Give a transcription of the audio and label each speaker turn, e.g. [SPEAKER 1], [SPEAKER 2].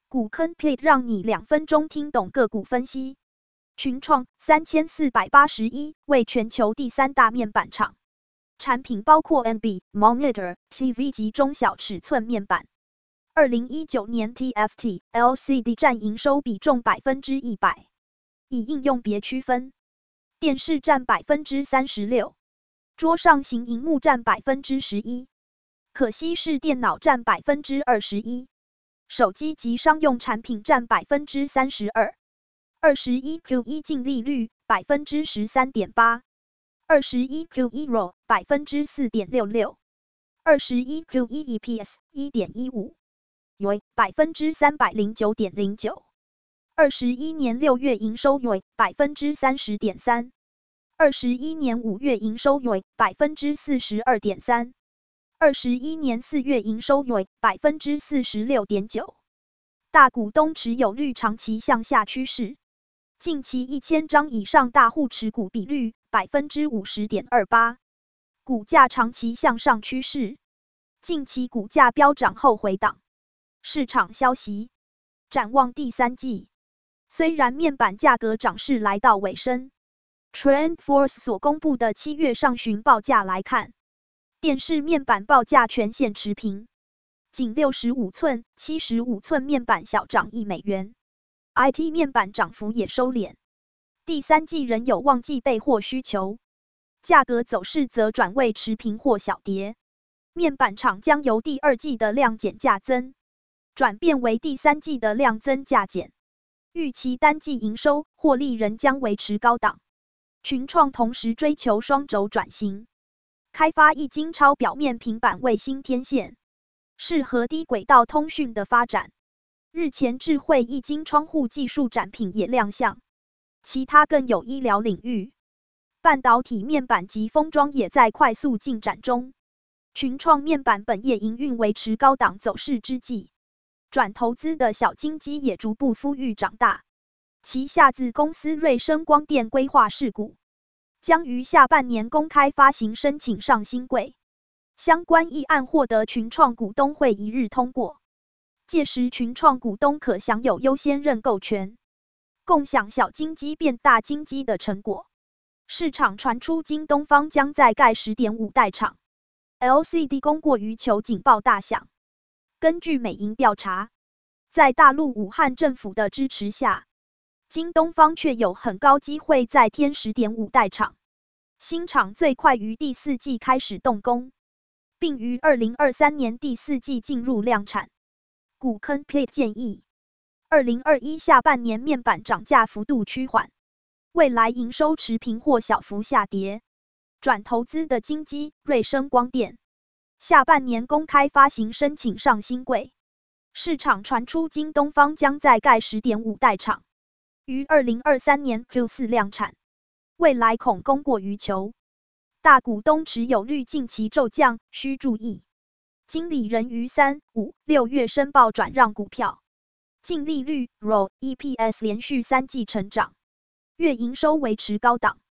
[SPEAKER 1] 股坑 plate 让你2分钟听懂个股分析。群创3481为全球第3大面板厂，产品包括 NB、Monitor、TV 及中小尺寸面板。2019年 TFT、LCD 占营收比重100%，以应用别区分，电视占36%，桌上型萤幕占11%，可惜是电脑占21%，手机及商用产品占32%。21Q1 净利率 13.8%， 21Q1 ROE 4.66%， 21Q1 EPS 1.15， 为 309.09%， 21年6月营收为 30.3%， 21年5月营收为 42.3%， 21年4月营收为 46.9%。大股东持有率长期向下趋势，近期1000张以上大户持股比率 50.28%， 股价长期向上趋势，近期股价飙涨后回档。市场消息，展望第3季，虽然面板价格涨势来到尾声， TrendForce 所公布的7月上旬报价来看，电视面板报价全线持平，仅65寸、75寸面板小涨1美元。IT 面板涨幅也收敛，第3季仍有旺季备货需求，价格走势则转为持平或小跌。面板厂将由第2季的量减价增，转变为第3季的量增价减，预期单季营收、获利仍将维持高档。群创同时追求双轴转型，开发液晶超表面平板卫星天线，适合低轨道通讯的发展。日前智慧液晶窗户技术展品也亮相，其他更有医疗领域、半导体面板及封装也在快速进展中。群创面板本业营运维持高档走势之际，转投资的小金鸡也逐步孵育长大。旗下子公司瑞声光电规划释股，将于下半年公开发行申请上新柜，相关议案获得群创股东会一日通过。届时群创股东可享有优先认购权，共享小金鸡变大金鸡的成果。市场传出京东方将在盖 10.5 代厂， LCD 供过于求警报大响。根据美银调查，在大陆武汉政府的支持下，京东方却有很高机会再添 10.5 代厂，新厂最快于第4季开始动工，并于2023年第4季进入量产。股坑 plate 建议，2021下半年面板涨价幅度趋缓，未来营收持平或小幅下跌。转投资的金鸡、瑞声光电，下半年公开发行申请上新柜。市场传出京东方将在盖 10.5 代厂，于2023年 Q4 量产，未来恐供过于求。大股东持有率近期骤降，需注意。经理人于3、5、6月申报转让股票，净利率 ROE、EPS 连续3季成长，月营收维持高档。